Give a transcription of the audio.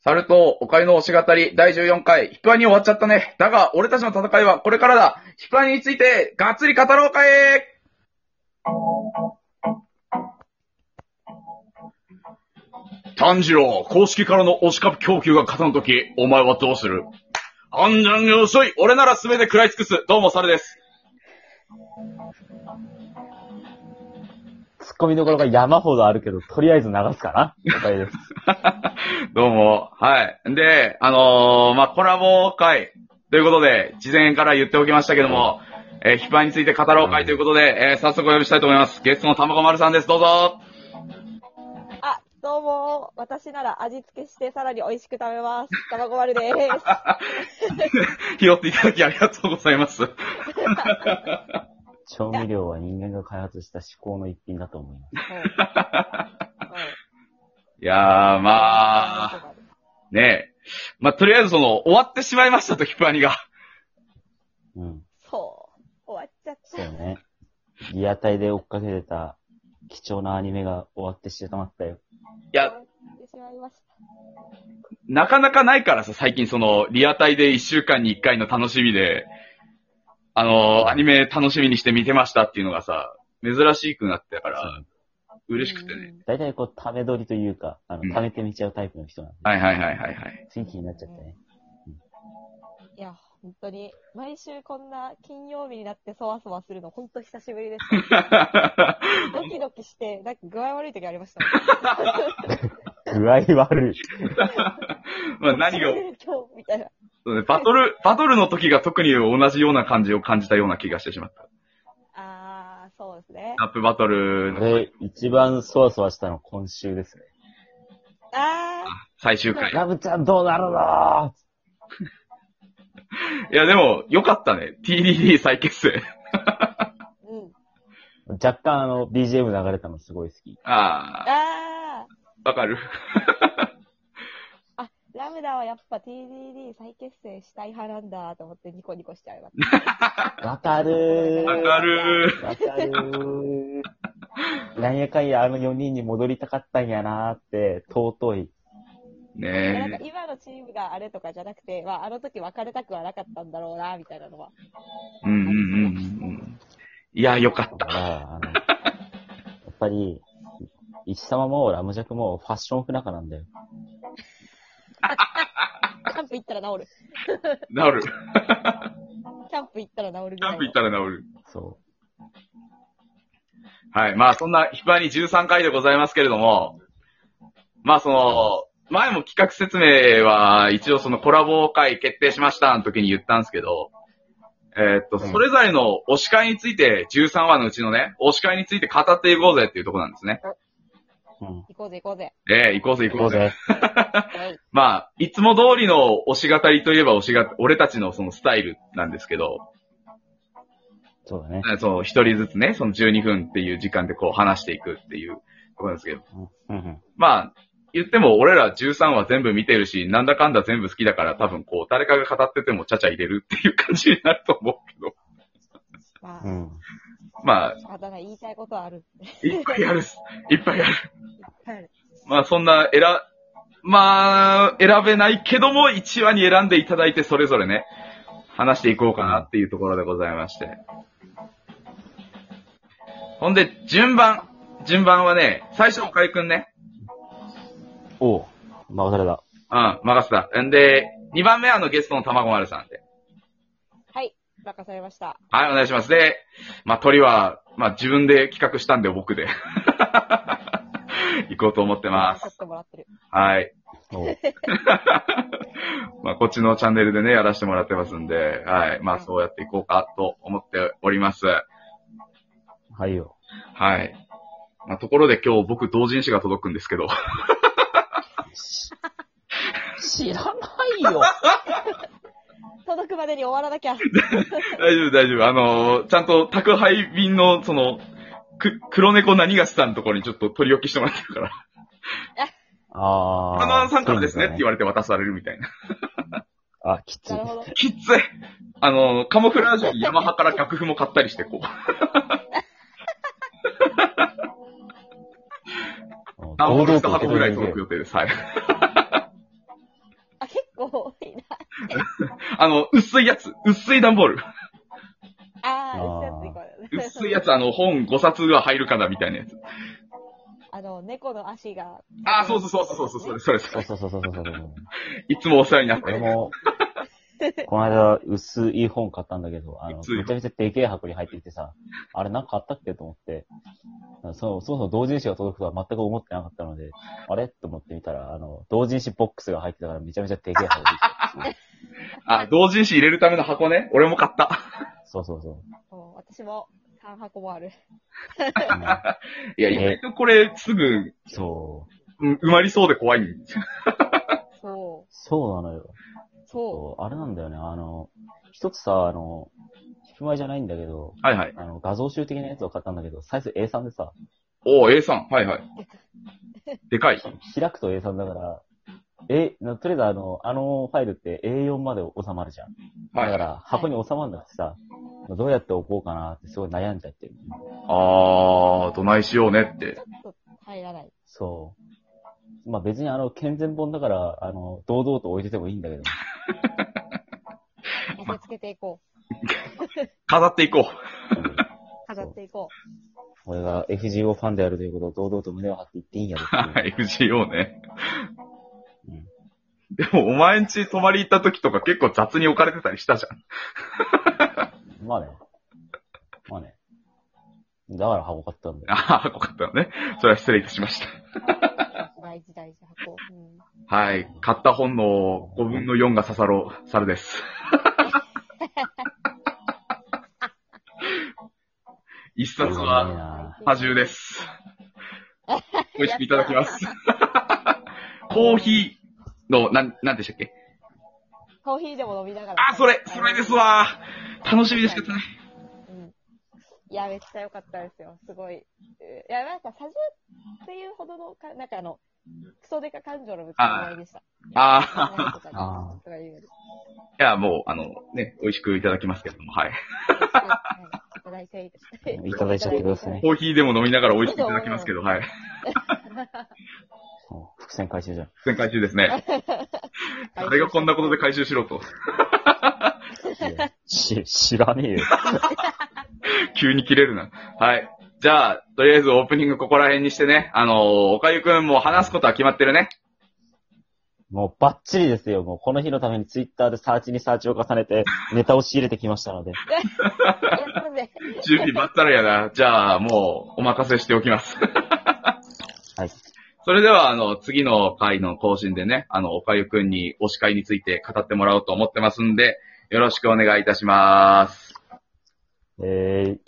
猿とオカリの推し語り第14回、ヒプアニ終わっちゃったね。だが、俺たちの戦いはこれからだ。ヒプアニについて、がっつり語ろうか炭治郎、公式からの推しカプ供給が勝たぬとき、お前はどうする？判断が遅い。俺なら全て食らい尽くす。どうも、猿です。 ツッコミどころが山ほどあるけど、とりあえず流すかな？了解です。 どうも。はい。で、コラボ会ということで、事前から言っておきましたけども、ヒプアニについて語ろう会ということで、早速お呼びしたいと思います。ゲストのたまごまるさんです。どうぞ。 あ、どうも。私なら味付けしてさらに美味しく食べます。たまごまるです。 拾っていただきありがとうございます。 調味料は人間が開発した至高の一品だと思います。 いやー、まあ、ねえ。まあ、とりあえず終わってしまいましたと、ヒプアニが。 うん。 そう。終わっちゃった。 そうね。リアタイで追っかけてた貴重なアニメが終わってしまったよ。 いや、 終わってしまいました。 なかなかないからさ、最近リアタイで1週間に1回の楽しみで、アニメ楽しみにして見てましたっていうのがさ、珍しくなってたから、嬉しくてね。 大体ため撮りというか、ためてみちゃうタイプの人なんで。 はいはい。 つい気になっちゃったね。 いや、本当に、毎週こんな金曜日になってそわそわするの、本当久しぶりです。ドキドキして、なんか具合悪い時ありました。 具合悪い。 まあ何が、 今日、みたいな。 バトルの時が特に同じような感じを感じたような気がしてしまった。 そうですね。 ラップバトルの。 一番そわそわしたの今週ですね。 最終回。 ラブちゃんどうなるの？ いやでも、よかったね。TDD 再結成。 若干BGM 流れたのすごい好き。 わかる。 ラムダはやっぱ TDD 再結成したい派なんだと思ってニコニコしちゃいます。 わかるー。 なんやかんや4人に戻りたかったんやなーって、尊い。 ねなんか今のチームがあれとかじゃなくて、あの時別れたくはなかったんだろうな、みたいなのは。 いや、よかった。 やっぱり、石様もラムジャクもファッション不仲なんだよ。 キャンプ行ったら治る。 治る。 キャンプ行ったら治る。 キャンプ行ったら治る。 そう。 はい。まあ、そんなヒプアニ13回でございますけれども、まあ、前も企画説明は、一応コラボ会決定しましたの時に言ったんですけど、それぞれの推し会について、13話のうちのね、推し会について語っていこうぜっていうところなんですね。 行こうぜ。 行こうぜ。 はい、 まあ、いつも通りの推し語りといえば俺たちのスタイルなんですけど、 そうだね。 一人ずつね、12分っていう時間で話していくっていうところなんですけど。まあ、言っても俺ら13話全部見てるし、なんだかんだ全部好きだから多分誰かが語っててもちゃちゃ入れるっていう感じになると思うけど。まあ、 だから言いたいことはある。 いっぱいある。まあそんな選べないけども1話に選んでいただいてそれぞれね、話していこうかなっていうところでございまして。ほんで、順番はね、最初の岡井くんね。 おう、任された。 任せた。んで、2番目はゲストのたまごまるさんで。 はい、任されました。 はい、お願いします。で、まあ鳥は、まあ自分で企画したんで僕で。行こうと思ってます。はい。まあこっちのチャンネルでね、やらせてもらってますんで、はい。まあそうやっていこうかと思っております。 はいよ。 はい。まあところで今日僕同人誌が届くんですけど。 知らないよ。 届くまでに終わらなきゃ。 大丈夫。ちゃんと宅配便の黒猫何がしさんのところにちょっと取り置きしてもらってるから。花輪さんからですねって言われて渡されるみたいな。 きつい。 きつい。カモフラージュにヤマハから楽譜も買ったりして何本1箱ぐらい届く予定です。はい。 薄いやつ。薄い段ボール。 あー、薄いやついこう。 薄いやつ、本5冊は入るかなみたいなやつ。 猫の足が。 ああ、そうそうそうそう、それ。 そうそうそうそうそう。 いつもお世話になってる。 俺も、この間、薄い本買ったんだけど、 薄いめちゃめちゃでけえ箱に入ってきてさ、あれなんかあったっけと思って、そもそも同人誌が届くとは全く思ってなかったので、あれと思ってみたら、同人誌ボックスが入ってたからめちゃめちゃでけえ箱で。 あ、同人誌入れるための箱ね。俺も買った。 そうそうそう。 私も3箱もある。 いや、意外とこれすぐ、 そう埋まりそうで怖いんですよ。 そうなのよ。あれなんだよね。一つさ、引く前じゃないんだけど、 はいはい。 画像集的なやつを買ったんだけど、サイズ A3 でさ、 おー、A3。はいはい。でかい。 開くと A3 だから、とりあえずファイルって A4 まで収まるじゃん。 はい。 だから、箱に収まんなくてさ、どうやって置こうかなってすごい悩んじゃってる。 どないしようねってち。ょっと入らない。 そう。まあ別に健全本だから、堂々と置いててもいいんだけど。 見せつけていこ飾っていこう。 う。飾っていこ俺が FGO ファンであるということを堂々と胸を張って言っていいんやろっていう。 FGO ね。 うんでも、お前んち泊まり行った時とか結構雑に置かれてたりしたじゃん。 まあね。だから箱買ったんだよ。 ああ、よかったのね。それは失礼いたしました。 う。大事箱。 はい。買った本の5分の4が刺さろう、猿です。一冊は、波重です。美味しくいただきます。コーヒーの、なんでしたっけ？ コーヒーでも飲みながら。 あ、それですわ。楽しみでしかったね。 いや、めっちゃ良かったですよ。すごい。いや、なんか、サジュっていうほどのクソデカ感情のぶつかりでした。いや、もう、美味しくいただきますけれども、はい。 いただいちゃってください。 コーヒーでも飲みながら美味しくいただきますけど、はい。 伏線回収じゃん。 伏線回収ですね。誰がこんなことで回収しろと。 知らねえよ。 急に切れるな。はい。じゃあ、とりあえずオープニングここら辺にしてね、おかゆくんも話すことは決まってるね。 もうバッチリですよ。もうこの日のためにツイッターでサーチにサーチを重ねてネタを仕入れてきましたので。 準備ばったらやな。じゃあ、もうお任せしておきます。 はい。 それでは、次の回の更新でね、おかゆくんに推し会について語ってもらおうと思ってますんで、よろしくお願いいたします。